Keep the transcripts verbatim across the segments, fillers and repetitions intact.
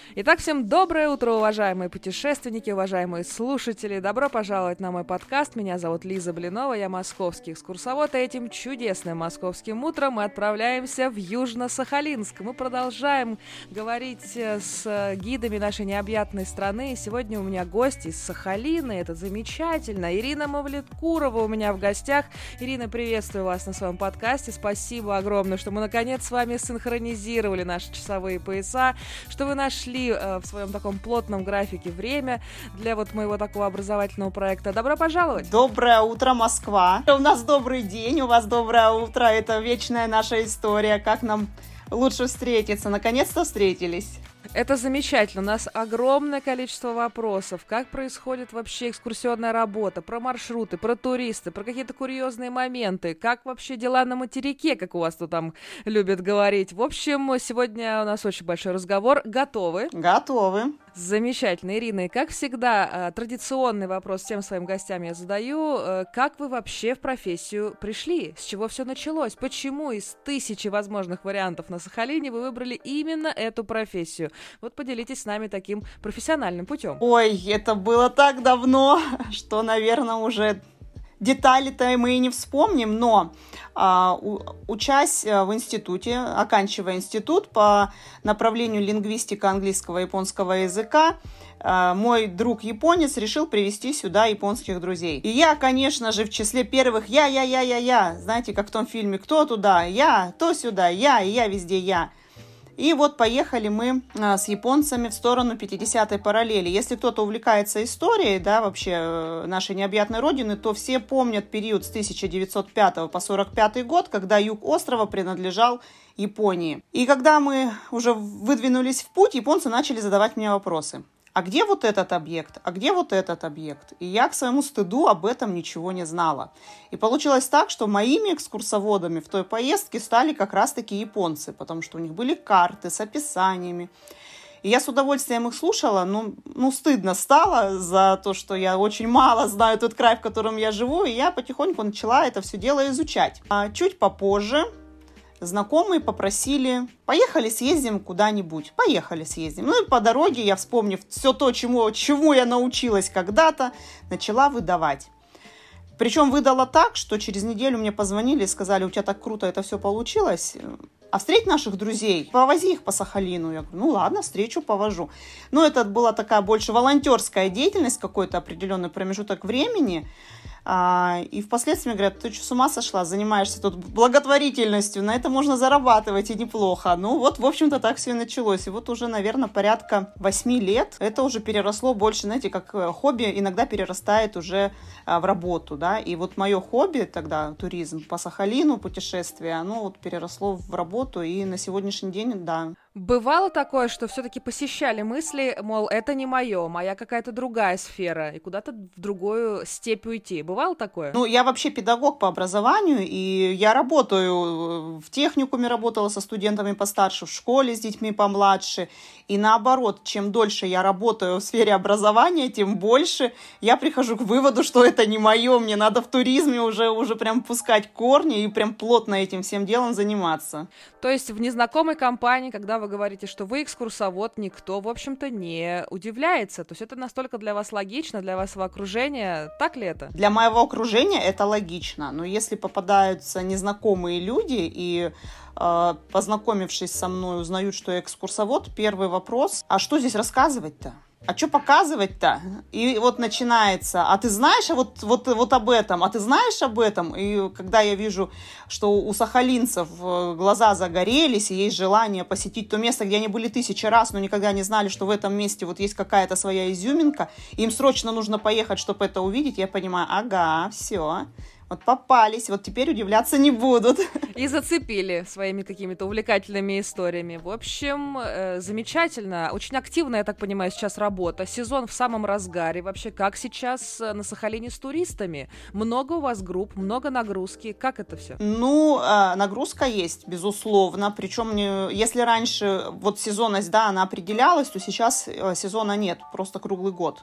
Итак, всем доброе утро, уважаемые путешественники, уважаемые слушатели. Добро пожаловать на мой подкаст. Меня зовут Лиза Блинова, я московский экскурсовод. И этим чудесным московским утром мы отправляемся в Южно-Сахалинск. Мы продолжаем говорить с гидами нашей необъятной страны. И сегодня у меня гость из Сахалина. Это замечательно. Ирина Мавлеткурова у меня в гостях. Ирина, приветствую вас на своем подкасте. Спасибо огромное, что мы наконец с вами синхронизировали наши часовые пояса, что вы нашли в своем таком плотном графике время для вот моего такого образовательного проекта. Добро пожаловать! Доброе утро, Москва! У нас добрый день, у вас доброе утро. Это вечная наша история, как нам лучше встретиться. Наконец-то встретились. Это замечательно. У нас огромное количество вопросов. Как происходит вообще экскурсионная работа? Про маршруты, про туристы, про какие-то курьезные моменты. Как вообще дела на материке, как у вас тут там любят говорить. В общем, сегодня у нас очень большой разговор. Готовы? Готовы. Замечательно, Ирина. И как всегда, традиционный вопрос всем своим гостям я задаю. Как вы вообще в профессию пришли? С чего все началось? Почему из тысячи возможных вариантов на Сахалине вы выбрали именно эту профессию? Вот поделитесь с нами таким профессиональным путем. Ой, это было так давно, что, наверное, уже детали-то мы и не вспомним, но а, у, учась в институте, оканчивая институт по направлению лингвистика английского и японского языка, а, мой друг японец решил привезти сюда японских друзей. И я, конечно же, в числе первых я-я-я-я-я, знаете, как в том фильме «Кто туда? Я, то сюда, я, и я везде я». И вот поехали мы а, с японцами в сторону пятидесятой параллели. Если кто-то увлекается историей, да, вообще нашей необъятной родины, то все помнят период с тысяча девятьсот пятого по сорок пятый год, когда юг острова принадлежал Японии. И когда мы уже выдвинулись в путь, японцы начали задавать мне вопросы. А где вот этот объект? А где вот этот объект? И я к своему стыду об этом ничего не знала. И получилось так, что моими экскурсоводами в той поездке стали как раз-таки японцы, потому что у них были карты с описаниями. И я с удовольствием их слушала, ну, ну, стыдно стало за то, что я очень мало знаю тот край, в котором я живу, и я потихоньку начала это все дело изучать. А чуть попозже знакомые попросили: поехали съездим куда-нибудь, поехали съездим. Ну и по дороге я, вспомнив все то, чему, чему я научилась когда-то, начала выдавать. Причем выдала так, что через неделю мне позвонили и сказали: у тебя так круто это все получилось, а встреть наших друзей, повози их по Сахалину. Я говорю: ну ладно, встречу, повожу. Но это была такая больше волонтерская деятельность, какой-то определенный промежуток времени. А, и впоследствии говорят: ты что, с ума сошла, занимаешься тут благотворительностью, на это можно зарабатывать и неплохо. Ну вот, в общем-то, так все и началось. И вот уже, наверное, порядка восьми лет это уже переросло больше, знаете, как хобби иногда перерастает уже а, в работу, да. И вот мое хобби тогда, туризм по Сахалину, путешествия, оно вот переросло в работу, и на сегодняшний день, да. Бывало такое, что все-таки посещали мысли, мол, это не мое, моя какая-то другая сфера, и куда-то в другую степь уйти. Бывало такое? Ну, я вообще педагог по образованию, и я работаю в техникуме, работала со студентами постарше, в школе с детьми помладше. И наоборот, чем дольше я работаю в сфере образования, тем больше я прихожу к выводу, что это не мое, мне надо в туризме уже, уже прям пускать корни и прям плотно этим всем делом заниматься. То есть в незнакомой компании, когда вы говорите, что вы экскурсовод, никто, в общем-то, не удивляется. То есть это настолько для вас логично, для вашего окружения. Так ли это? Для моего окружения это логично. Но если попадаются незнакомые люди и, э, познакомившись со мной, узнают, что я экскурсовод, первый вопрос: а что здесь рассказывать-то? А что показывать-то? И вот начинается: а ты знаешь вот, вот, вот об этом? А ты знаешь об этом? И когда я вижу, что у сахалинцев глаза загорелись и есть желание посетить то место, где они были тысячи раз, но никогда не знали, что в этом месте вот есть какая-то своя изюминка, им срочно нужно поехать, чтобы это увидеть, я понимаю: ага, все. Вот попались, вот теперь удивляться не будут. И зацепили своими какими-то увлекательными историями. В общем, э, замечательно. Очень активная, я так понимаю, сейчас работа. Сезон в самом разгаре. Вообще, как сейчас на Сахалине с туристами? Много у вас групп, много нагрузки. Как это все? Ну, э, нагрузка есть, безусловно. Причем, если раньше вот сезонность, да, она определялась, то сейчас э, сезона нет, просто круглый год.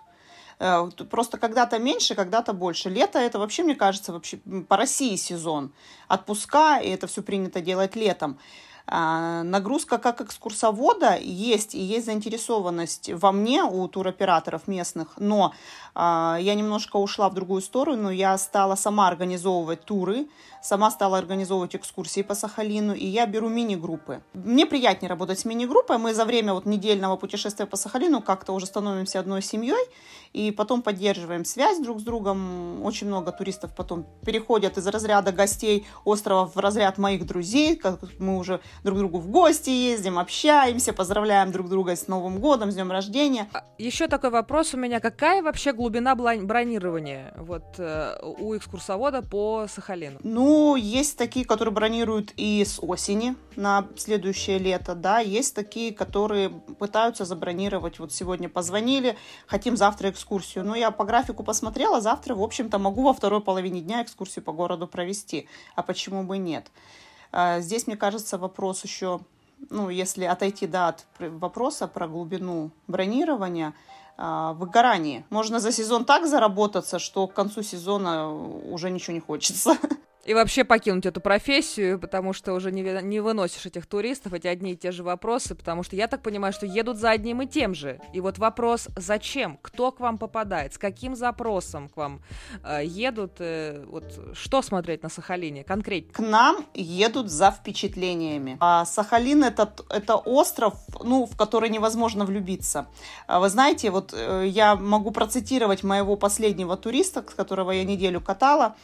Просто когда-то меньше, когда-то больше. Лето — это вообще, мне кажется, вообще по России сезон. Отпуска, и это все принято делать летом. Нагрузка как экскурсовода есть, и есть заинтересованность во мне у туроператоров местных, но я немножко ушла в другую сторону, я стала сама организовывать туры, сама стала организовывать экскурсии по Сахалину, и я беру мини-группы. Мне приятнее работать с мини-группой, мы за время вот недельного путешествия по Сахалину как-то уже становимся одной семьей, и потом поддерживаем связь друг с другом. Очень много туристов потом переходят из разряда гостей острова в разряд моих друзей, как мы уже друг к другу в гости ездим, общаемся, поздравляем друг друга с Новым годом, с днем рождения. Еще такой вопрос у меня. Какая вообще глубина бронирования вот, у экскурсовода по Сахалину? Ну, есть такие, которые бронируют и с осени на следующее лето, да, есть такие, которые пытаются забронировать. Вот сегодня позвонили, хотим завтра экскурсию. Ну, я по графику посмотрела, завтра, в общем-то, могу во второй половине дня экскурсию по городу провести. А почему бы нет? Здесь, мне кажется, вопрос еще, ну, если отойти, да, от вопроса про глубину бронирования, выгорание. Можно за сезон так заработаться, что к концу сезона уже ничего не хочется. И вообще покинуть эту профессию, потому что уже не, не выносишь этих туристов, эти одни и те же вопросы, потому что я так понимаю, что едут за одним и тем же. И вот вопрос, зачем, кто к вам попадает, с каким запросом к вам э, едут, э, вот что смотреть на Сахалине конкретно? К нам едут за впечатлениями. А Сахалин это, это остров, ну, в который невозможно влюбиться. Вы знаете, вот э, я могу процитировать моего последнего туриста, с которого я неделю катала.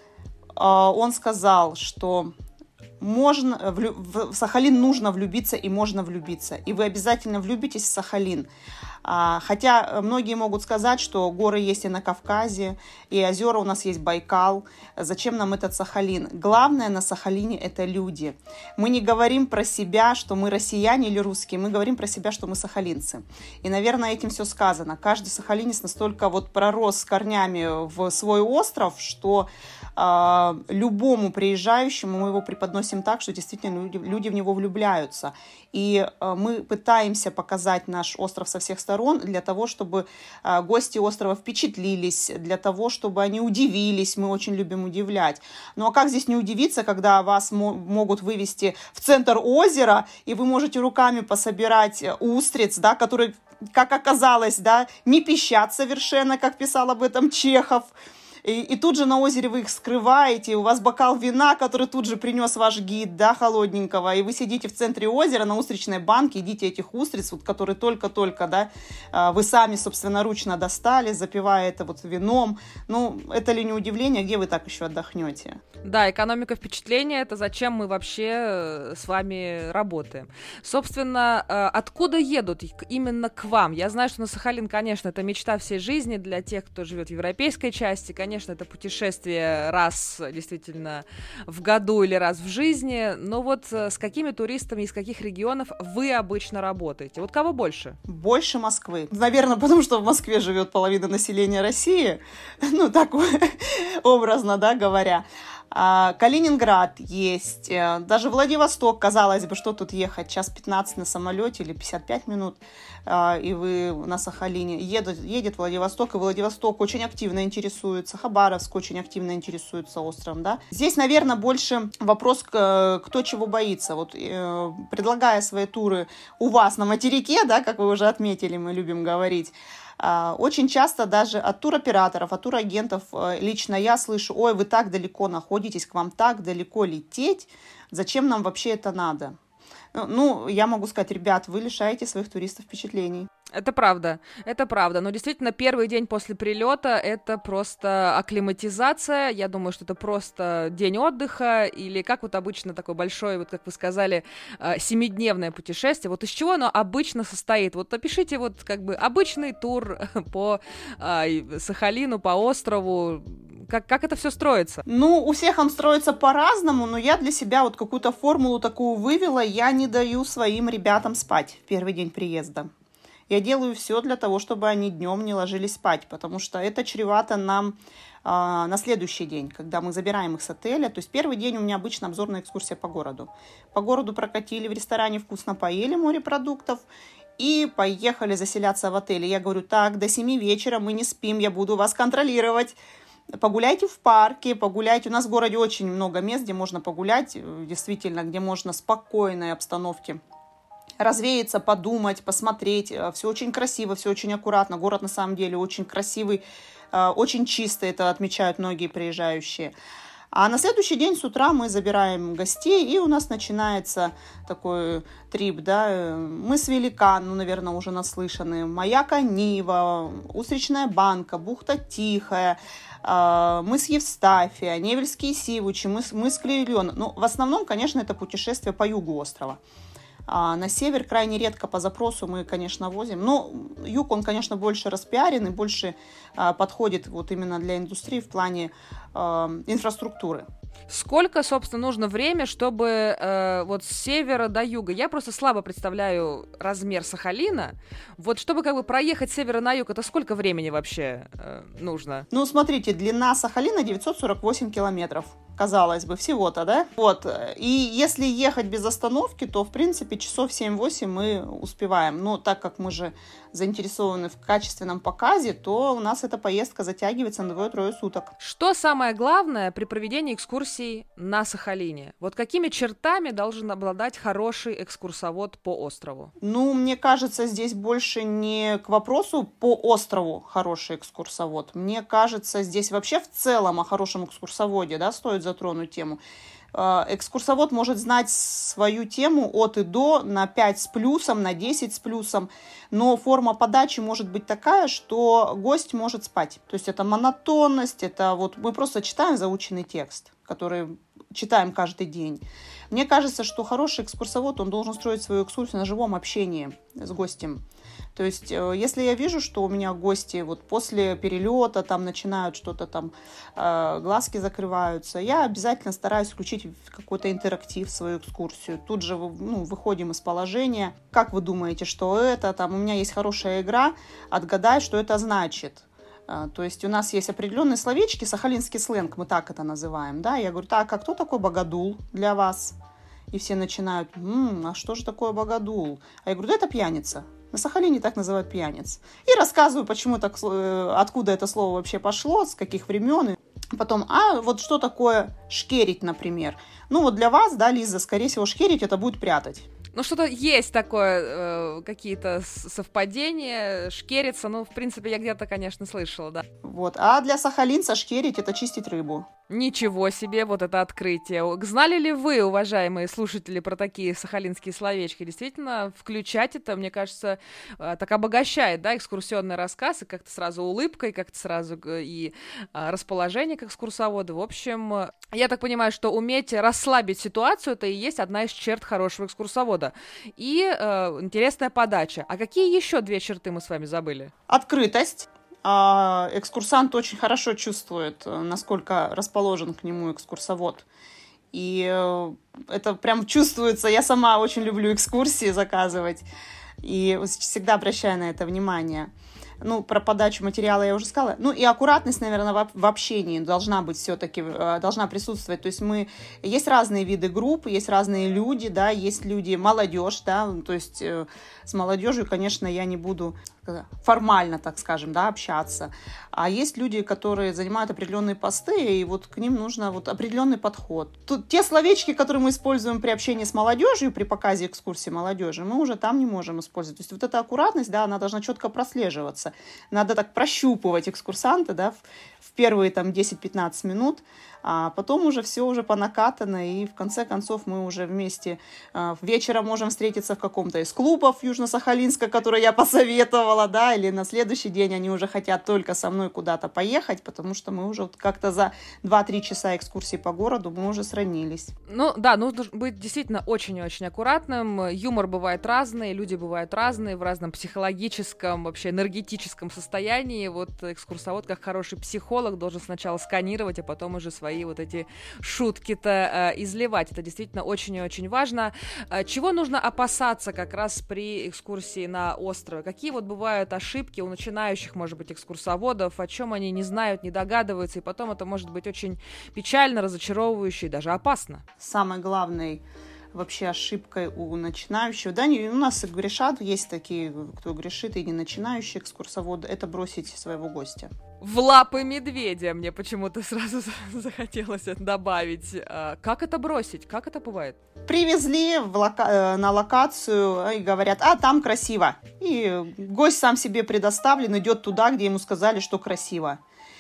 Он сказал, что можно, в Сахалин нужно влюбиться и можно влюбиться. И вы обязательно влюбитесь в Сахалин. Хотя многие могут сказать, что горы есть и на Кавказе, и озера у нас есть Байкал. Зачем нам этот Сахалин? Главное на Сахалине – это люди. Мы не говорим про себя, что мы россияне или русские, мы говорим про себя, что мы сахалинцы. И, наверное, этим все сказано. Каждый сахалинец настолько вот пророс с корнями в свой остров, что э, любому приезжающему мы его преподносим так, что действительно люди, люди в него влюбляются. И э, мы пытаемся показать наш остров со всех сторон, для того, чтобы э, гости острова впечатлились, для того, чтобы они удивились. Мы очень любим удивлять. Ну а как здесь не удивиться, когда вас мо- могут вывести в центр озера, и вы можете руками пособирать устриц, да, которые, как оказалось, да, не пищат совершенно, как писал об этом Чехов. И, и тут же на озере вы их скрываете, у вас бокал вина, который тут же принес ваш гид, да, холодненького, и вы сидите в центре озера на устричной банке, едите этих устриц, вот, которые только-только, да, вы сами собственноручно достали, запивая это вот вином. Ну, это ли не удивление, где вы так еще отдохнете? Да, экономика впечатления — это зачем мы вообще с вами работаем. Собственно, откуда едут именно к вам? Я знаю, что на Сахалин, конечно, это мечта всей жизни для тех, кто живет в европейской части, конечно, Конечно, это путешествие раз действительно в году или раз в жизни, но вот с какими туристами из каких регионов вы обычно работаете? Вот кого больше? Больше Москвы. Наверное, потому что в Москве живет половина населения России, ну, так образно, да, говоря. Калининград есть, даже Владивосток, казалось бы, что тут ехать, час пятнадцать на самолете или пятьдесят пять минут, и вы на Сахалине. Едет, едет Владивосток, и Владивосток очень активно интересуется, Хабаровск очень активно интересуется островом, да. Здесь, наверное, больше вопрос, кто чего боится. Вот предлагая свои туры у вас на материке, да, как вы уже отметили, мы любим говорить, очень часто даже от туроператоров, от турагентов лично я слышу: ой, вы так далеко находитесь, к вам так далеко лететь, зачем нам вообще это надо? Ну, я могу сказать: ребят, вы лишаете своих туристов впечатлений. Это правда, это правда, но действительно первый день после прилета это просто акклиматизация, я думаю, что это просто день отдыха, или как вот обычно такое большое, вот как вы сказали, семидневное путешествие, вот из чего оно обычно состоит? Вот опишите вот как бы обычный тур по Сахалину, по острову. Как, как это все строится? Ну, у всех он строится по-разному, но я для себя вот какую-то формулу такую вывела: я не даю своим ребятам спать в первый день приезда. Я делаю все для того, чтобы они днем не ложились спать, потому что это чревато нам э, на следующий день, когда мы забираем их с отеля. То есть первый день у меня обычно обзорная экскурсия по городу. По городу прокатили, в ресторане вкусно поели морепродуктов и поехали заселяться в отеле. Я говорю: так, до семи вечера мы не спим, я буду вас контролировать. Погуляйте в парке, погуляйте. У нас в городе очень много мест, где можно погулять, действительно, где можно в спокойной обстановке развеяться, подумать, посмотреть. Все очень красиво, все очень аккуратно. Город на самом деле очень красивый, очень чистый, это отмечают многие приезжающие. А на следующий день с утра мы забираем гостей, и у нас начинается такой трип, да, мыс Великан, ну, наверное, уже наслышаны, маяк Нива, Устричная банка, бухта Тихая, мыс Евстафия, Невельские Сивучи, мыс, мыс Клейлен. Ну, в основном, конечно, это путешествие по югу острова. А на север крайне редко по запросу мы, конечно, возим. Но юг, он, конечно, больше распиарен и больше а, подходит вот именно для индустрии в плане а, инфраструктуры. Сколько, собственно, нужно время, чтобы э, вот с севера до юга? Я просто слабо представляю размер Сахалина. Вот чтобы как бы проехать с севера на юг, это сколько времени вообще э, нужно? Ну, смотрите, длина Сахалина девятьсот сорок восемь километров. Казалось бы, всего-то, да? Вот. И если ехать без остановки, то, в принципе, часов семь-восемь мы успеваем. Но так как мы же заинтересованы в качественном показе, то у нас эта поездка затягивается на двое-трое суток. Что самое главное при проведении экскурсий на Сахалине? Вот какими чертами должен обладать хороший экскурсовод по острову? Ну, мне кажется, здесь больше не к вопросу по острову хороший экскурсовод. Мне кажется, здесь вообще в целом о хорошем экскурсоводе, да, стоит затронуть тему. Экскурсовод может знать свою тему от и до на пять с плюсом, на десять с плюсом, но форма подачи может быть такая, что гость может спать. То есть это монотонность, это вот мы просто читаем заученный текст, который читаем каждый день. Мне кажется, что хороший экскурсовод, он должен строить свою экскурсию на живом общении с гостем. То есть, если я вижу, что у меня гости вот после перелета там начинают что-то там, э, глазки закрываются, я обязательно стараюсь включить какой-то интерактив в свою экскурсию. Тут же ну, выходим из положения. Как вы думаете, что это? Там у меня есть хорошая игра, отгадай, что это значит. То есть у нас есть определенные словечки, сахалинский сленг, мы так это называем, да, я говорю, так, а кто такой богодул для вас? И все начинают, М, а что же такое богодул? А я говорю, да это пьяница. На Сахалине так называют пьяниц. И рассказываю, почему так, откуда это слово вообще пошло, с каких времен. Потом, а вот что такое шкерить, например? Ну вот для вас, да, Лиза, скорее всего, шкерить это будет прятать. Ну, что-то есть такое, э, какие-то совпадения, шкериться, ну, в принципе, я где-то, конечно, слышала, да. Вот, а для сахалинца шкерить это чистить рыбу. Ничего себе, вот это открытие. Знали ли вы, уважаемые слушатели, про такие сахалинские словечки? Действительно, включать это, мне кажется, так обогащает, да, экскурсионный рассказ, и как-то сразу улыбка, и как-то сразу и расположение к экскурсоводу. В общем, я так понимаю, что уметь расслабить ситуацию, это и есть одна из черт хорошего экскурсовода. И э, интересная подача. А какие еще две черты мы с вами забыли? Открытость. Экскурсант очень хорошо чувствует, насколько расположен к нему экскурсовод. И это прям чувствуется. Я сама очень люблю экскурсии заказывать. И всегда обращаю на это внимание. Ну, про подачу материала я уже сказала. Ну, и аккуратность, наверное, в общении должна быть все-таки, должна присутствовать. То есть мы... Есть разные виды групп, есть разные люди, да, есть люди, молодежь, да, то есть э, с молодежью, конечно, я не буду формально, так скажем, да, общаться. А есть люди, которые занимают определенные посты, и вот к ним нужно вот определенный подход. Тут те словечки, которые мы используем при общении с молодежью, при показе экскурсии молодежи, мы уже там не можем использовать. То есть вот эта аккуратность, да, она должна четко прослеживаться. Надо так прощупывать экскурсанта, да, в, в первые там десять-пятнадцать минут, а потом уже все уже по накатанной, и в конце концов мы уже вместе а, вечером можем встретиться в каком-то из клубов Южно-Сахалинска, который я посоветовала, да, или на следующий день они уже хотят только со мной куда-то поехать, потому что мы уже вот как-то за два-три часа экскурсии по городу мы уже сранились. Ну да, нужно быть действительно очень-очень аккуратным. Юмор бывает разный, люди бывают разные, в разном психологическом, вообще энергетическом состоянии. Вот экскурсовод, как хороший психолог, должен сначала сканировать, а потом уже свои вот эти шутки-то э, изливать. Это действительно очень и очень важно. Э, чего нужно опасаться как раз при экскурсии на острове? Какие вот бывают ошибки у начинающих, может быть, экскурсоводов, о чем они не знают, не догадываются, и потом это может быть очень печально, разочаровывающе и даже опасно. Самый главный вообще ошибкой у начинающего. Да, не, у нас и грешат, есть такие, кто грешит, и не начинающие экскурсоводы, это бросить своего гостя. В лапы медведя мне почему-то сразу захотелось это добавить. Как это бросить? Как это бывает? Привезли в лока- на локацию и говорят, а там красиво. И гость сам себе предоставлен, идет туда, где ему сказали, что красиво.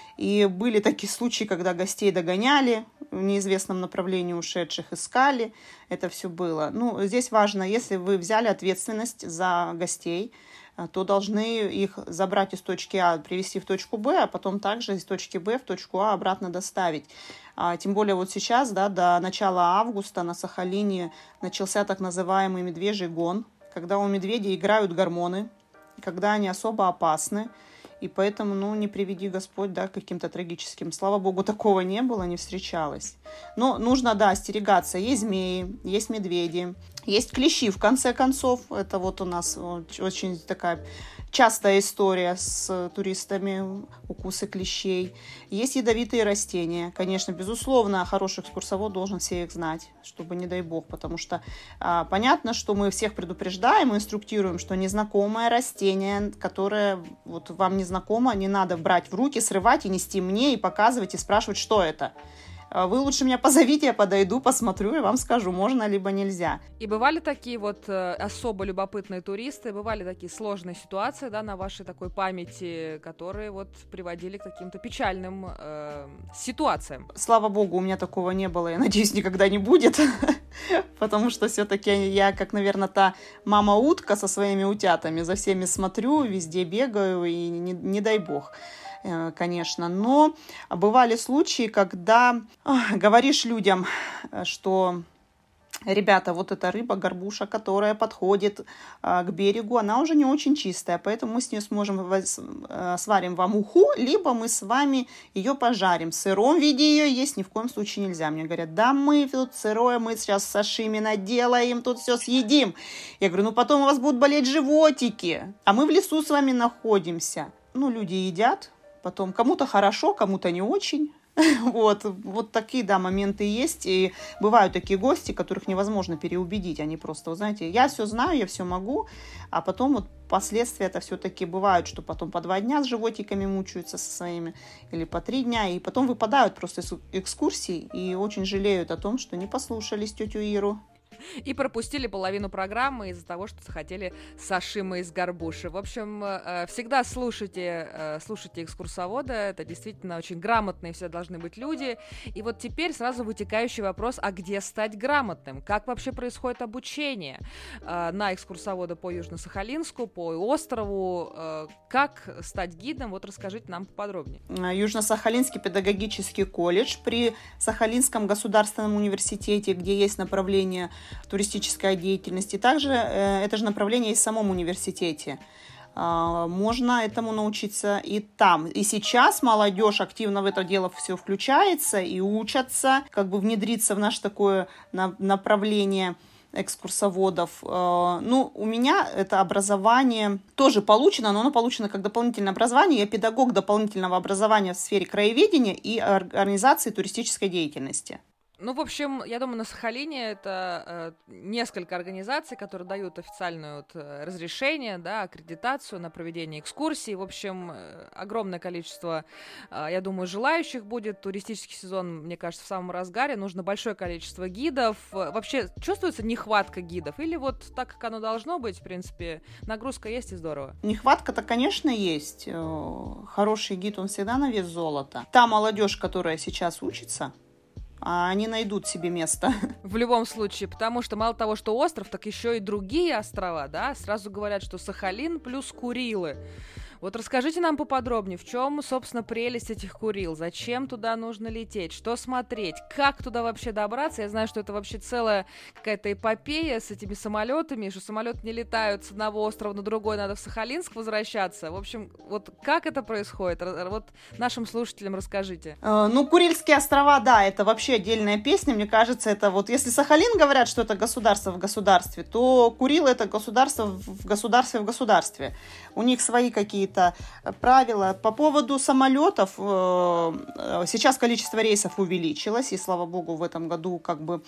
И были такие случаи, когда гостей догоняли, в неизвестном направлении ушедших искали. Это все было. Ну, здесь важно, если вы взяли ответственность за гостей, то должны их забрать из точки А, привезти в точку Б, а потом также из точки Б в точку А обратно доставить. А, тем более вот сейчас, да, до начала августа на Сахалине начался так называемый медвежий гон, когда у медведей играют гормоны, когда они особо опасны. И поэтому, ну, не приведи Господь, да, к каким-то трагическим. Слава Богу, такого не было, не встречалось. Но нужно, да, остерегаться. Есть змеи, есть медведи, есть клещи, в конце концов. Это вот у нас очень такая частая история с туристами, укусы клещей. Есть ядовитые растения. Конечно, безусловно, хороший экскурсовод должен все их знать, чтобы, не дай бог, потому что а, понятно, что мы всех предупреждаем, инструктируем, что незнакомое растение, которое вот вам незнакомо, не надо брать в руки, срывать и нести мне, и показывать, и спрашивать, что это. Вы лучше меня позовите, я подойду, посмотрю и вам скажу, можно либо нельзя. И бывали такие вот э, особо любопытные туристы, бывали такие сложные ситуации, да, на вашей такой памяти, которые вот приводили к каким-то печальным э, ситуациям? Слава богу, у меня такого не было, я надеюсь, никогда не будет, потому что все-таки я, как, наверное, та мама-утка со своими утятами, за всеми смотрю, везде бегаю, и не, не дай бог. Конечно, но бывали случаи, когда ох, говоришь людям, что, ребята, вот эта рыба, горбуша, которая подходит а, к берегу, она уже не очень чистая, поэтому мы с ней сможем а, сварим вам уху, либо мы с вами ее пожарим. В сыром виде ее есть ни в коем случае нельзя. Мне говорят, да мы тут сырое, мы сейчас сашими наделаем, тут все съедим. Я говорю, ну потом у вас будут болеть животики, а мы в лесу с вами находимся. Ну, люди едят. Потом кому-то хорошо, кому-то не очень. Вот, вот такие, да, моменты есть. И бывают такие гости, которых невозможно переубедить. Они просто, вы знаете, я все знаю, я все могу. А потом вот последствия это все-таки бывают, что потом по два дня с животиками мучаются со своими. Или по три дня. И потом выпадают просто из экскурсий. И очень жалеют о том, что не послушались тетю Иру. И пропустили половину программы из-за того, что захотели сашимы из горбуши. В общем, всегда слушайте, слушайте экскурсовода. Это действительно очень грамотные все должны быть люди. И вот теперь сразу вытекающий вопрос, а где стать грамотным? Как вообще происходит обучение на экскурсовода по Южно-Сахалинску, по острову? Как стать гидом? Вот расскажите нам поподробнее. Южно-Сахалинский педагогический колледж при Сахалинском государственном университете, где есть направление туристической деятельности. Также э, это же направление есть в самом университете. Э, можно этому научиться и там. И сейчас молодежь активно в это дело все включается и учатся, как бы внедриться в наше такое на, направление экскурсоводов. Э, ну, у меня это образование тоже получено, но оно получено как дополнительное образование. Я педагог дополнительного образования в сфере краеведения и организации туристической деятельности. Ну, в общем, я думаю, на Сахалине это э, несколько организаций, которые дают официальное вот, разрешение, да, аккредитацию на проведение экскурсий. В общем, э, огромное количество, э, я думаю, желающих будет. Туристический сезон, мне кажется, в самом разгаре. Нужно большое количество гидов. Вообще, чувствуется нехватка гидов? Или вот так, как оно должно быть, в принципе, нагрузка есть и здорово? Нехватка-то, конечно, есть. Хороший гид, он всегда на вес золота. Та молодежь, которая сейчас учится, они найдут себе место. В любом случае, потому что мало того, что остров, так еще и другие острова, да, сразу говорят, что Сахалин плюс Курилы. Вот расскажите нам поподробнее, в чем, собственно, прелесть этих Курил, зачем туда нужно лететь, что смотреть, как туда вообще добраться. Я знаю, что это вообще целая какая-то эпопея с этими самолетами, что самолеты не летают с одного острова на другой, надо в Сахалинск возвращаться. В общем, вот как это происходит? Вот нашим слушателям расскажите. Э, ну, Курильские острова, да, это вообще отдельная песня. Мне кажется, это вот, если Сахалин говорят, что это государство в государстве, то Курилы это государство в государстве в государстве. У них свои какие-то правила. По поводу самолетов, сейчас количество рейсов увеличилось, и, слава богу, в этом году как бы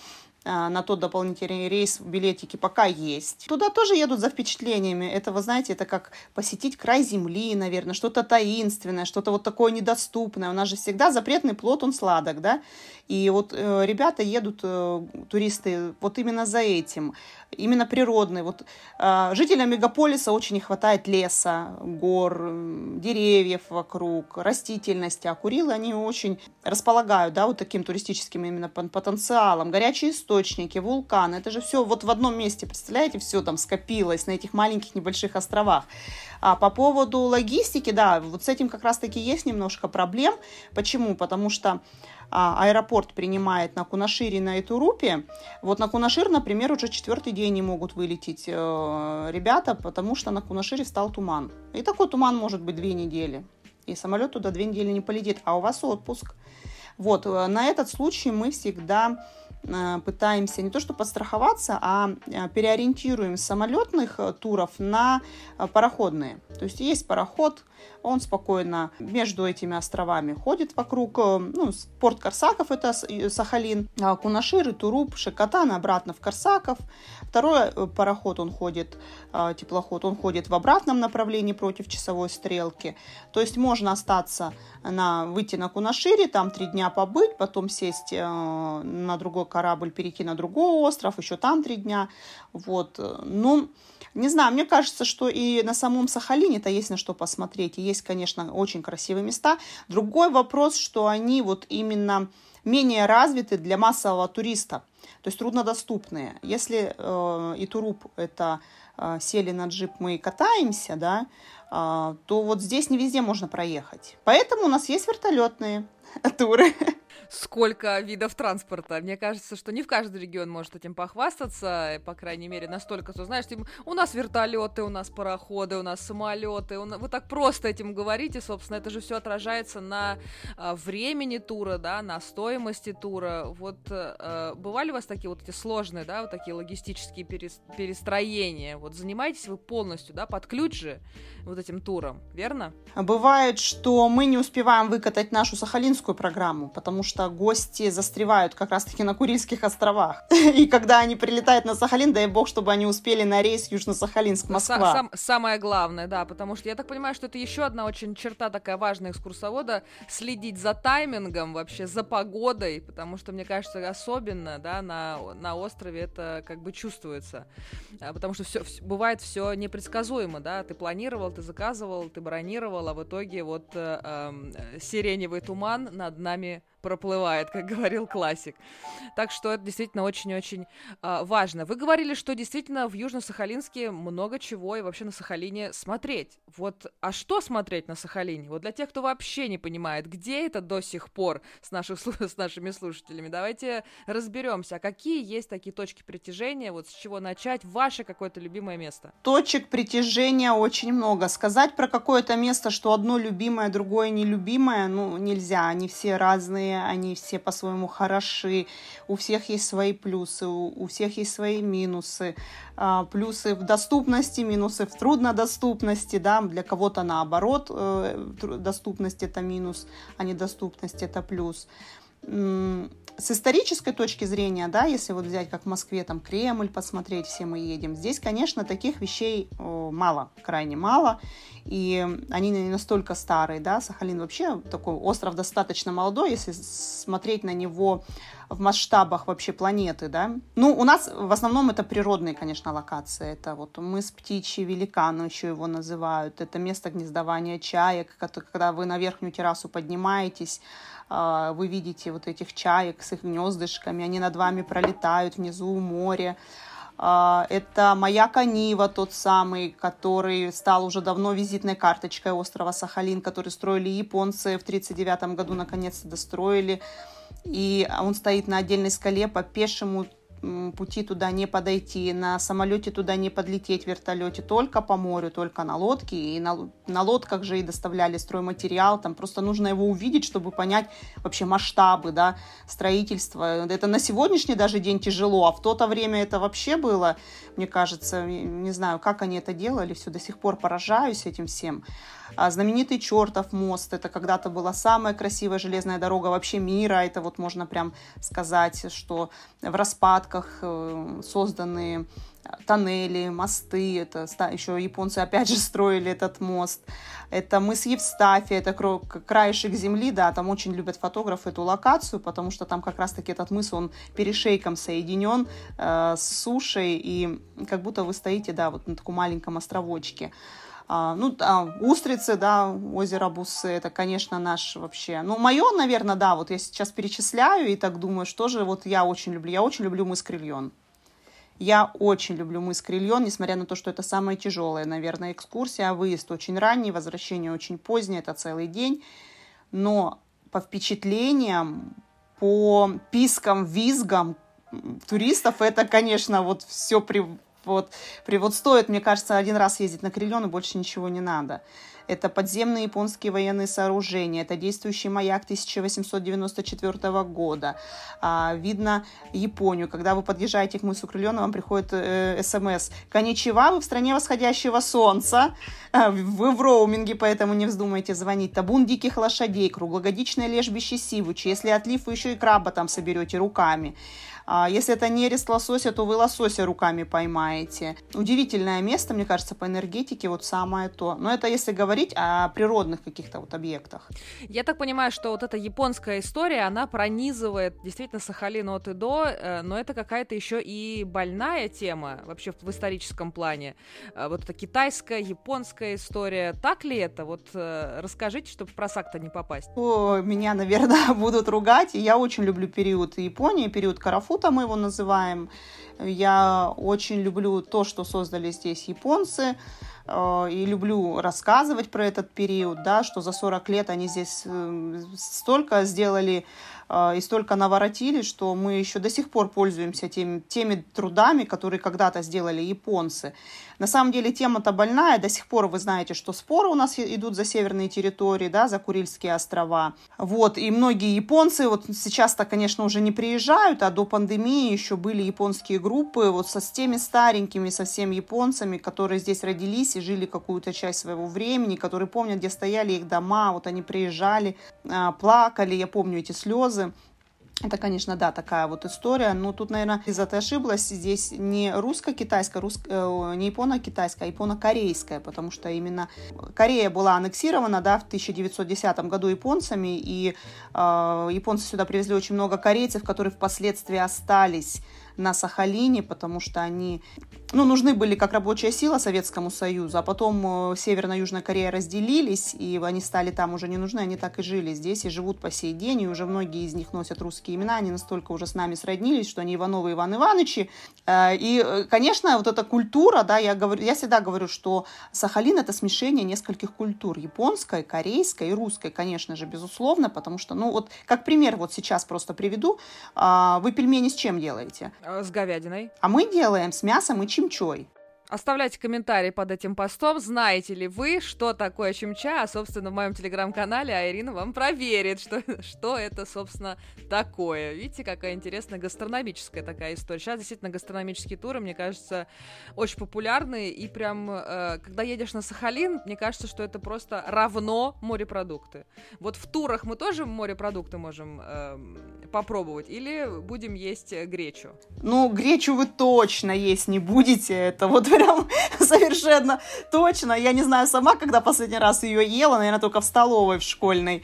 на тот дополнительный рейс билетики пока есть. Туда тоже едут за впечатлениями. Это, вы знаете, это как посетить край земли, наверное, что-то таинственное, что-то вот такое недоступное. У нас же всегда запретный плод, он сладок, да? И вот э, ребята едут, э, туристы, вот именно за этим. Именно природный. Вот, э, жителям мегаполиса очень не хватает леса, гор, деревьев вокруг, растительности. А Курилы, они очень располагают, да, вот таким туристическим именно потенциалом. Горячие источники, вулканы. Это же все вот в одном месте, представляете, все там скопилось на этих маленьких небольших островах. А по поводу логистики, да, вот с этим как раз-таки есть немножко проблем. Почему? Потому что а, аэропорт принимает на Кунашире, на Итурупе. Вот на Кунашир, например, уже четвертый день не могут вылететь э, ребята, потому что на Кунашире встал туман. И такой туман может быть две недели. И самолет туда две недели не полетит, а у вас отпуск. Вот, на этот случай мы всегда пытаемся не то что подстраховаться, а переориентируем с самолетных туров на пароходные. То есть есть пароход, он спокойно между этими островами ходит вокруг, ну, порт Корсаков, это Сахалин, Кунашир, Итуруп, Шекотан, обратно в Корсаков. Второй пароход, он ходит, теплоход, он ходит в обратном направлении против часовой стрелки. То есть можно остаться, на, выйти на Кунашире, там три дня побыть, потом сесть на другой корабль, перейти на другой остров, еще там три дня. Вот. Ну, не знаю, мне кажется, что и на самом Сахалине-то есть на что посмотреть. И есть, конечно, очень красивые места. Другой вопрос, что они вот именно менее развиты для массового туриста, то есть труднодоступные. Если э, Итуруп — это э, сели на джип, мы и катаемся, да, э, то вот здесь не везде можно проехать. Поэтому у нас есть вертолетные туры. Сколько видов транспорта. Мне кажется, что не в каждый регион может этим похвастаться, по крайней мере, настолько, что, знаешь, у нас вертолеты, у нас пароходы, у нас самолеты. Вы так просто этим говорите, собственно, это же все отражается на а, времени тура, да, на стоимости тура. Вот а, бывали у вас такие вот эти сложные, да, вот такие логистические перес, перестроения? Вот занимаетесь вы полностью, да, под ключ же вот этим туром, верно? Бывает, что мы не успеваем выкатать нашу сахалинскую программу, потому что гости застревают как раз-таки на Курильских островах. И когда они прилетают на Сахалин, дай бог, чтобы они успели на рейс Южно-Сахалинск-Москва. Сам, самое главное, да, потому что я так понимаю, что это еще одна очень черта такая важная экскурсовода, следить за таймингом вообще, за погодой, потому что, мне кажется, особенно, да, на, на острове это как бы чувствуется, потому что все, все, бывает все непредсказуемо, да, ты планировал, ты заказывал, ты бронировал, а в итоге вот э, э, сиреневый туман над нами проплывает, как говорил классик. Так что это действительно очень-очень э, важно. Вы говорили, что действительно в Южно-Сахалинске много чего и вообще на Сахалине смотреть. Вот, а что смотреть на Сахалине? Вот для тех, кто вообще не понимает, где это до сих пор с, наших, с нашими слушателями, давайте разберемся. А какие есть такие точки притяжения? Вот с чего начать? Ваше какое-то любимое место? Точек притяжения очень много. Сказать про какое-то место, что одно любимое, другое нелюбимое, ну, нельзя. Они все разные, они все по-своему хороши, у всех есть свои плюсы, у, у всех есть свои минусы, а, плюсы в доступности, минусы в труднодоступности, да, для кого-то наоборот, э, доступность это минус, а недоступность это плюс. С исторической точки зрения, да, если вот взять, как в Москве, там, Кремль посмотреть, все мы едем, здесь, конечно, таких вещей о, мало, крайне мало, и они не настолько старые, да, Сахалин вообще такой остров достаточно молодой, если смотреть на него в масштабах вообще планеты, да. Ну, у нас в основном это природные, конечно, локации, это вот мыс Птичий Великан, еще его называют, это место гнездования чаек, когда вы на верхнюю террасу поднимаетесь, вы видите вот этих чаек с их гнездышками, они над вами пролетают, внизу море. Это маяк Анива, тот самый, который стал уже давно визитной карточкой острова Сахалин, который строили японцы в тридцать девятом году, наконец-то достроили. И он стоит на отдельной скале, по пешему пути туда не подойти, на самолете туда не подлететь, в вертолете, только по морю, только на лодке, и на, на лодках же и доставляли стройматериал, там просто нужно его увидеть, чтобы понять вообще масштабы, да, строительства. Это на сегодняшний даже день тяжело, а в то-то время это вообще было, мне кажется, не знаю, как они это делали, все до сих пор поражаюсь этим всем. А знаменитый Чертов мост, это когда-то была самая красивая железная дорога вообще мира, это вот можно прям сказать, что в распад палатках созданы тоннели, мосты. Это еще японцы опять же строили этот мост. Это мыс Евстафия, это краешек земли, да, там очень любят фотографы эту локацию, потому что там как раз-таки этот мыс, он перешейком соединен э, с сушей, и как будто вы стоите, да, вот на таком маленьком островочке. А, ну, а, Устрицы, да, озеро Бусы, это, конечно, наш вообще... Ну, мое, наверное, да, вот я сейчас перечисляю и так думаю, что же вот я очень люблю. Я очень люблю мыс Крильон. Я очень люблю мыс Крильон, несмотря на то, что это самая тяжелая, наверное, экскурсия. Выезд очень ранний, возвращение очень позднее, это целый день. Но по впечатлениям, по пискам, визгам туристов, это, конечно, вот все при... Вот, при, вот стоит, мне кажется, один раз ездить на Крильон, и больше ничего не надо. Это подземные японские военные сооружения, это действующий маяк тысяча восемьсот девяносто четвёртого года. А, видно Японию. Когда вы подъезжаете к мысу Крильона, вам приходит э, смс. «Коничева, вы в стране восходящего солнца». А, вы в роуминге, поэтому не вздумайте звонить. Табун диких лошадей, круглогодичное лежбище Сивучи. Если отлив, вы еще и краба там соберете руками. А если это нерест лосося, то вы лосося руками поймаете. Удивительное место, мне кажется, по энергетике вот самое то. Но это если говорить о природных каких-то вот объектах. Я так понимаю, что вот эта японская история, она пронизывает действительно Сахалин от и до, но это какая-то еще и больная тема вообще в историческом плане. Вот эта китайская, японская история. Так ли это? Вот расскажите, чтобы в просак-то не попасть. О, меня, наверное, будут ругать. Я очень люблю период Японии, период Карафута мы его называем. Я очень люблю то, что создали здесь японцы, и люблю рассказывать про этот период, да, что за сорок лет они здесь столько сделали и столько наворотили, что мы еще до сих пор пользуемся теми, теми трудами, которые когда-то сделали японцы. На самом деле тема-то больная. До сих пор вы знаете, что споры у нас идут за северные территории, да, за Курильские острова. Вот, и многие японцы, вот сейчас-то, конечно, уже не приезжают, а до пандемии еще были японские группы вот со с теми старенькими совсем японцами, которые здесь родились и жили какую-то часть своего времени, которые помнят, где стояли их дома, вот они приезжали, плакали, я помню эти слезы. Это, конечно, да, такая вот история. Но тут, наверное, Лиза, ты ошиблась. Здесь не русско-китайская, русско... не японо-китайская, а японо-корейская, потому что именно Корея была аннексирована, да, в тысяча девятьсот десятом году японцами, и э, японцы сюда привезли очень много корейцев, которые впоследствии остались на Сахалине, потому что они, ну, нужны были как рабочая сила Советскому Союзу, а потом Северная и Южная Корея разделились, и они стали там уже не нужны, они так и жили здесь, и живут по сей день, и уже многие из них носят русские имена, они настолько уже с нами сроднились, что они Ивановы Иван Ивановичи. И, конечно, вот эта культура, да, я, говорю, я всегда говорю, что Сахалин — это смешение нескольких культур, японской, корейской и русской, конечно же, безусловно, потому что, ну, вот, как пример вот сейчас просто приведу, вы пельмени с чем делаете? С говядиной. А мы делаем с мясом и чимчой. Оставляйте комментарии под этим постом. Знаете ли вы, что такое чимча? А, собственно, в моем телеграм-канале а Ирина вам проверит, что, что это, собственно, такое. Видите, какая интересная гастрономическая такая история. Сейчас действительно гастрономические туры, мне кажется, очень популярны. И прям, э, когда едешь на Сахалин, мне кажется, что это просто равно морепродукты. Вот в турах мы тоже морепродукты можем э, попробовать? Или будем есть гречу? Ну, гречу вы точно есть не будете. Это вот прям совершенно точно. Я не знаю сама, когда последний раз ее ела, наверное, только в столовой в школьной.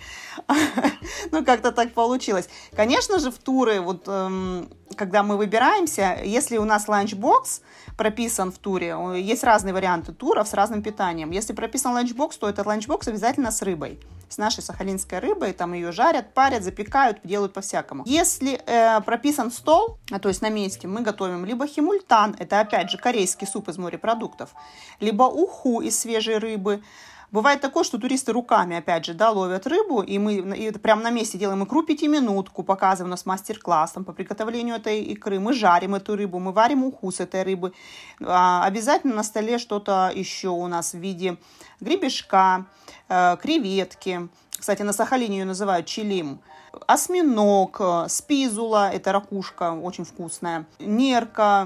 Ну, как-то так получилось. Конечно же, в туры, вот эм, когда мы выбираемся, если у нас ланчбокс прописан в туре, есть разные варианты туров с разным питанием. Если прописан ланчбокс, то этот ланчбокс обязательно с рыбой. С нашей сахалинской рыбой, там ее жарят, парят, запекают, делают по-всякому. Если э, прописан стол, а, то есть на месте, мы готовим либо химультан, это опять же корейский суп из морепродуктов, либо уху из свежей рыбы. Бывает такое, что туристы руками, опять же, да, ловят рыбу, и мы и прямо на месте делаем икру пятиминутку, показываем у нас мастер-класс там, по приготовлению этой икры, мы жарим эту рыбу, мы варим уху с этой рыбы. А, обязательно на столе что-то еще у нас в виде гребешка, э, креветки. Кстати, на Сахалине ее называют чилим. Осьминог, спизула, это ракушка, очень вкусная, нерка,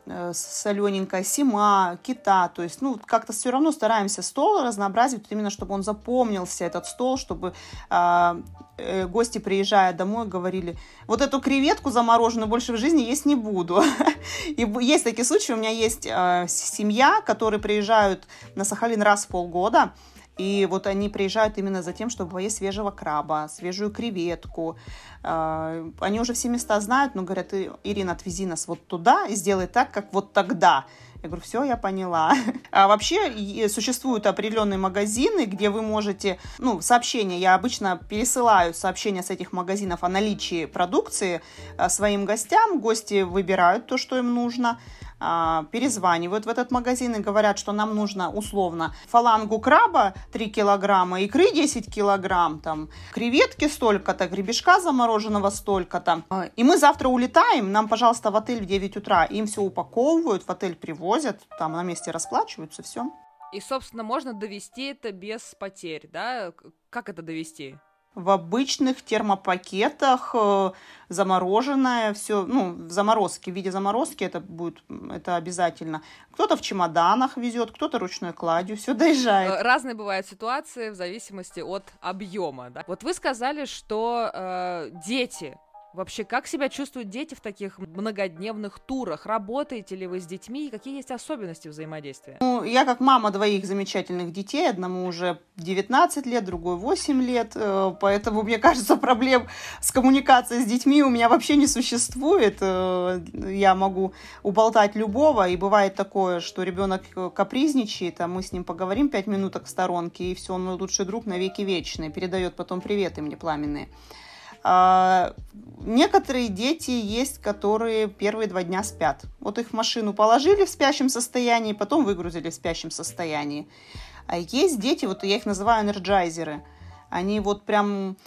солененькое, сима, кита, то есть, ну, как-то все равно стараемся стол разнообразить, вот именно чтобы он запомнился, этот стол, чтобы э, э, гости, приезжая домой, говорили, вот эту креветку замороженную больше в жизни есть не буду. И есть такие случаи, у меня есть э, семья, которые приезжают на Сахалин раз в полгода, и вот они приезжают именно за тем, чтобы поесть свежего краба, свежую креветку. Они уже все места знают, но говорят, Ирина, отвези нас вот туда и сделай так, как вот тогда. Я говорю, все, я поняла. А вообще существуют определенные магазины, где вы можете, ну, сообщения, я обычно пересылаю сообщения с этих магазинов о наличии продукции своим гостям. Гости выбирают то, что им нужно, перезванивают в этот магазин и говорят, что нам нужно условно фалангу краба три килограмма, икры десять килограмм, там, креветки столько-то, гребешка замороженного столько-то. И мы завтра улетаем, нам, пожалуйста, в отель в девять утра. Им все упаковывают, в отель привозят, там на месте расплачиваются, все. И, собственно, можно довести это без потерь, да? Как это довести? В обычных термопакетах, э, замороженное, все, ну, в заморозке, в виде заморозки это будет, это обязательно. Кто-то в чемоданах везет, кто-то ручной кладью, все доезжает. Разные бывают ситуации в зависимости от объема, да? Вот вы сказали, что э, дети... Вообще, как себя чувствуют дети в таких многодневных турах? Работаете ли вы с детьми? Какие есть особенности взаимодействия? Ну, я как мама двоих замечательных детей, одному уже девятнадцать лет, другой восемь лет, поэтому, мне кажется, проблем с коммуникацией с детьми у меня вообще не существует. Я могу уболтать любого, и бывает такое, что ребенок капризничает, а мы с ним поговорим пять минуток в сторонке, и все, он мой лучший друг навеки вечный, передает потом приветы мне пламенные. А, некоторые дети есть, которые первые два дня спят. Вот их в машину положили в спящем состоянии, потом выгрузили в спящем состоянии. А есть дети, вот я их называю энерджайзеры. Они вот прям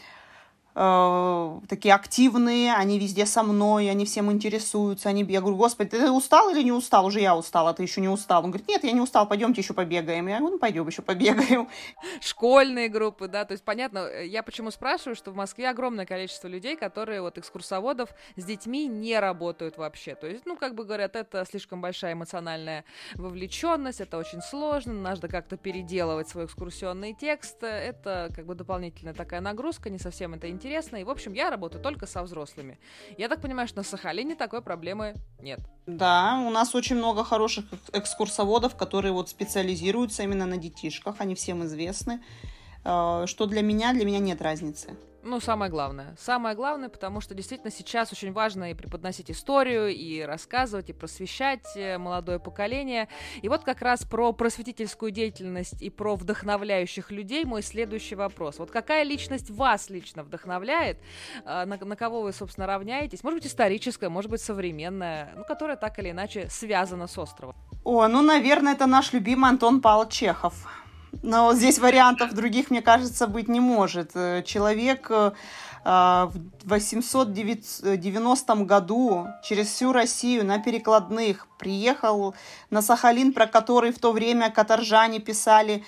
э, такие активные, они везде со мной, они всем интересуются. Они, я говорю, господи, ты устал или не устал? Уже я устал, а ты еще не устал. Он говорит, нет, я не устал, пойдемте еще побегаем. Я говорю, ну пойдем еще побегаем. Школьные группы, да, то есть понятно, я почему спрашиваю, что в Москве огромное количество людей, которые вот экскурсоводов с детьми не работают вообще, то есть, ну, как бы говорят, это слишком большая эмоциональная вовлеченность, это очень сложно, надо как-то переделывать свой экскурсионный текст, это как бы дополнительная такая нагрузка, не совсем это интересно, и, в общем, я работаю только со взрослыми. Я так понимаю, что на Сахалине такой проблемы нет. Да, у нас очень много хороших экскурсоводов, которые вот специализируются именно на детишках, они всем известны. Что для меня, для меня нет разницы. Ну, самое главное. Самое главное, потому что действительно сейчас очень важно и преподносить историю, и рассказывать, и просвещать молодое поколение. И вот как раз про просветительскую деятельность и про вдохновляющих людей мой следующий вопрос. Вот какая личность вас лично вдохновляет, на, на кого вы, собственно, равняетесь? Может быть, историческая, может быть, современная, ну, которая так или иначе связана с островом? О, ну, наверное, это наш любимый Антон Павлович Чехов. Но здесь вариантов других, мне кажется, быть не может. Человек в восемьсот девяностом году через всю Россию на перекладных приехал на Сахалин, про который в то время каторжане писали: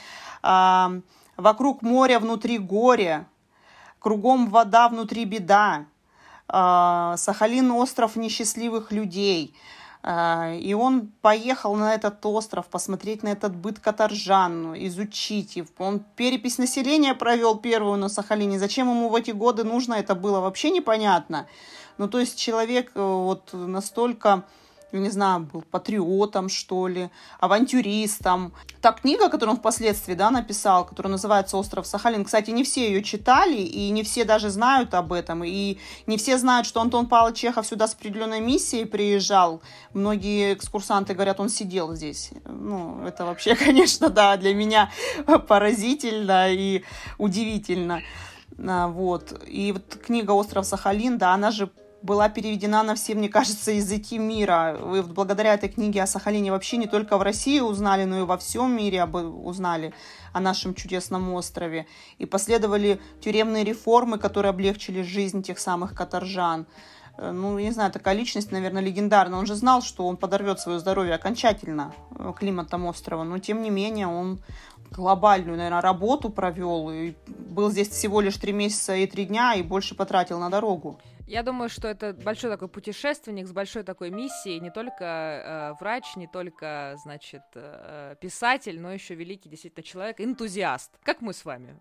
«Вокруг моря, внутри горе, кругом вода, внутри беда, Сахалин — остров несчастливых людей». И он поехал на этот остров посмотреть на этот быт каторжан, изучить его. Он перепись населения провел первую на Сахалине. Зачем ему в эти годы нужно это было, вообще непонятно. Ну, то есть человек вот настолько, я не знаю, был патриотом, что ли, авантюристом. Та книга, которую он впоследствии, да, написал, которая называется «Остров Сахалин», кстати, не все ее читали, и не все даже знают об этом, и не все знают, что Антон Павлович Чехов сюда с определенной миссией приезжал. Многие экскурсанты говорят, он сидел здесь. Ну, это вообще, конечно, да, для меня поразительно и удивительно. Вот. И вот книга «Остров Сахалин», да, она же была переведена на все, мне кажется, языки мира. И вот благодаря этой книге о Сахалине вообще не только в России узнали, но и во всем мире узнали о нашем чудесном острове. И последовали тюремные реформы, которые облегчили жизнь тех самых каторжан. Ну, не знаю, такая личность, наверное, легендарная. Он же знал, что он подорвет свое здоровье окончательно климатом острова, но, тем не менее, он глобальную, наверное, работу провел и был здесь всего лишь три месяца и три дня и больше потратил на дорогу. Я думаю, что это большой такой путешественник с большой такой миссией, не только э, врач, не только, значит, э, писатель, но еще великий действительно человек, энтузиаст, как мы с вами.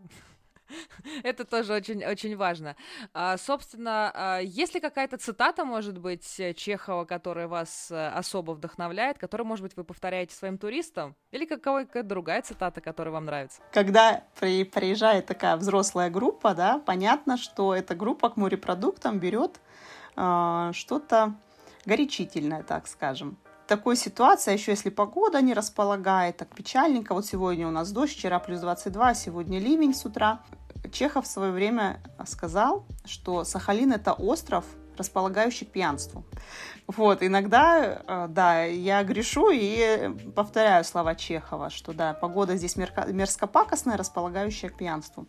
Это тоже очень, очень важно. А, собственно, а, есть ли какая-то цитата, может быть, Чехова, которая вас особо вдохновляет, которую, может быть, вы повторяете своим туристам? Или какая-то другая цитата, которая вам нравится? Когда при, приезжает такая взрослая группа, да, понятно, что эта группа к морепродуктам берет э, что-то горячительное, так скажем. В такой ситуации, еще если погода не располагает, так печальненько. Вот сегодня у нас дождь, вчера плюс двадцать два, сегодня ливень с утра. Чехов в свое время сказал, что Сахалин – это остров, располагающий к пьянству. Вот, иногда, да, я грешу и повторяю слова Чехова, что да, погода здесь мерзкопакостная, располагающая к пьянству.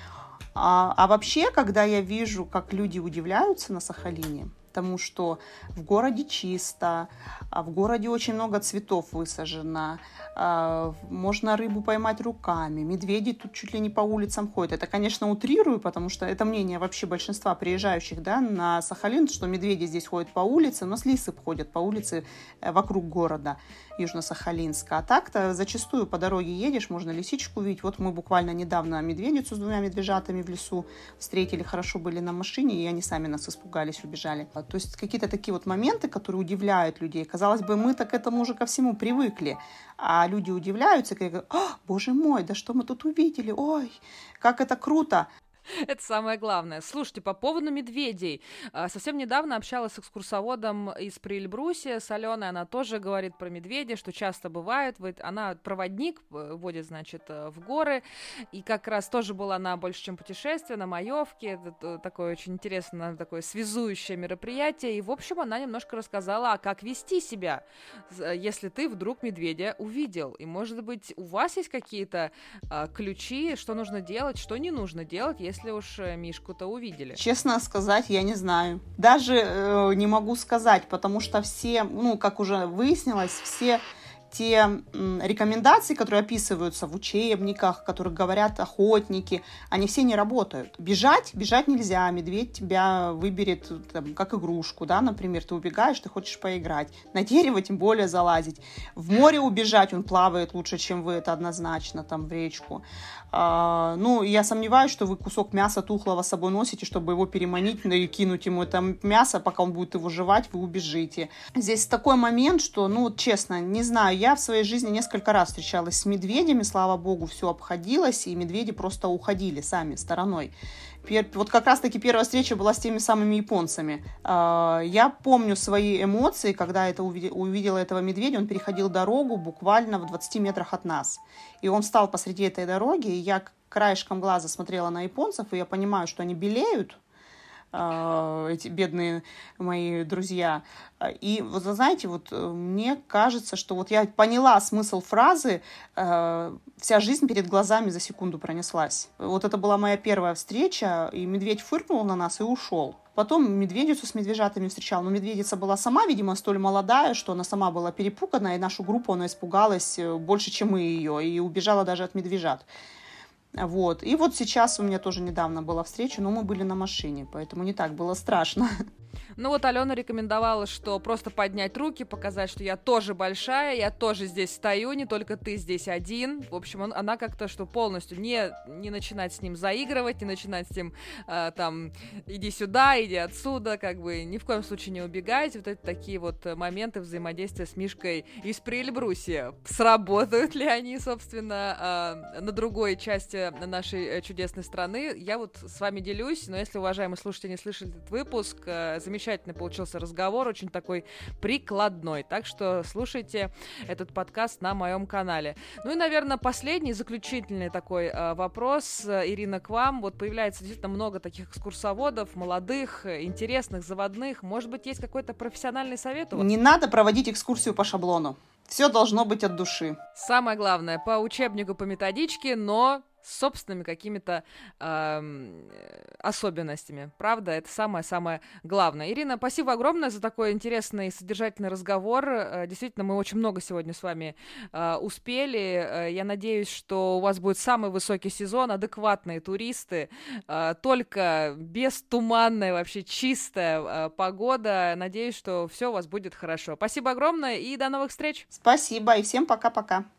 А, а вообще, когда я вижу, как люди удивляются на Сахалине, тому, что в городе чисто, в городе очень много цветов высажено, можно рыбу поймать руками, медведи тут чуть ли не по улицам ходят. Это, конечно, утрирую, потому что это мнение вообще большинства приезжающих, да, на Сахалин, что медведи здесь ходят по улице, но лисы ходят по улице вокруг города Южно-Сахалинска. А так-то зачастую по дороге едешь, можно лисичку увидеть. Вот мы буквально недавно медведицу с двумя медвежатами в лесу встретили, хорошо были на машине, и они сами нас испугались, убежали. То есть какие-то такие вот моменты, которые удивляют людей. Казалось бы, мы так к этому уже ко всему привыкли. А люди удивляются, и говорят: «О, боже мой, да что мы тут увидели? Ой, как это круто!» Это самое главное. Слушайте, по поводу медведей. Совсем недавно общалась с экскурсоводом из Приэльбруса, с Аленой. Она тоже говорит про медведей, что часто бывают. Она проводник, водит, значит, в горы. И как раз тоже была на «Больше, чем путешествие», на Маевке. Это такое очень интересное, такое связующее мероприятие. И, в общем, она немножко рассказала, а как вести себя, если ты вдруг медведя увидел. И, может быть, у вас есть какие-то а, ключи, что нужно делать, что не нужно делать, если если уж Мишку-то увидели? Честно сказать, я не знаю. Даже э, не могу сказать, потому что все, ну, как уже выяснилось, все те рекомендации, которые описываются в учебниках, которые говорят охотники, они все не работают. Бежать, бежать нельзя, медведь тебя выберет там, как игрушку, да, например, ты убегаешь, ты хочешь поиграть. На дерево тем более залазить. В море убежать, он плавает лучше, чем вы, это однозначно, там, в речку. А, ну, я сомневаюсь, что вы кусок мяса тухлого с собой носите, чтобы его переманить и кинуть ему это мясо, пока он будет его жевать, вы убежите. Здесь такой момент, что, ну, честно, не знаю, я в своей жизни несколько раз встречалась с медведями, слава богу, все обходилось, и медведи просто уходили сами стороной. Вот как раз-таки первая встреча была с теми самыми японцами. Я помню свои эмоции, когда это увидела этого медведя. Он переходил дорогу буквально в двадцати метрах от нас. И он встал посреди этой дороги, и я краешком глаза смотрела на японцев, и я понимаю, что они белеют, эти бедные мои друзья. И вот, знаете, вот мне кажется, что вот я поняла смысл фразы «вся жизнь перед глазами за секунду пронеслась». Вот это была моя первая встреча, и медведь фыркнул на нас и ушел. Потом медведицу с медвежатами встречал, но медведица была сама, видимо, столь молодая, что она сама была перепугана, и нашу группу она испугалась больше, чем мы ее, и убежала даже от медвежат. Вот. И вот сейчас у меня тоже недавно была встреча, но мы были на машине, поэтому не так было страшно. Ну вот Алена рекомендовала, что просто поднять руки, показать, что я тоже большая, я тоже здесь стою, не только ты здесь один. В общем, он, она как-то, что полностью не, не начинать с ним заигрывать, не начинать с ним э, там иди сюда, иди отсюда, как бы ни в коем случае не убегать. Вот это такие вот моменты взаимодействия с Мишкой из Приэльбруса. Сработают ли они, собственно, э, на другой части нашей чудесной страны? Я вот с вами делюсь, но если, уважаемые слушатели, не слышали этот выпуск, э, замечательный получился разговор, очень такой прикладной. Так что слушайте этот подкаст на моем канале. Ну и, наверное, последний, заключительный такой э, вопрос, Ирина, к вам. Вот появляется действительно много таких экскурсоводов, молодых, интересных, заводных. Может быть, есть какой-то профессиональный совет у вас? Не надо проводить экскурсию по шаблону. Все должно быть от души. Самое главное, по учебнику, по методичке, но с собственными какими-то э, особенностями. Правда, это самое-самое главное. Ирина, спасибо огромное за такой интересный и содержательный разговор. Действительно, мы очень много сегодня с вами э, успели. Я надеюсь, что у вас будет самый высокий сезон, адекватные туристы, э, только бестуманная, вообще чистая э, погода. Надеюсь, что все у вас будет хорошо. Спасибо огромное и до новых встреч. Спасибо, и всем пока-пока.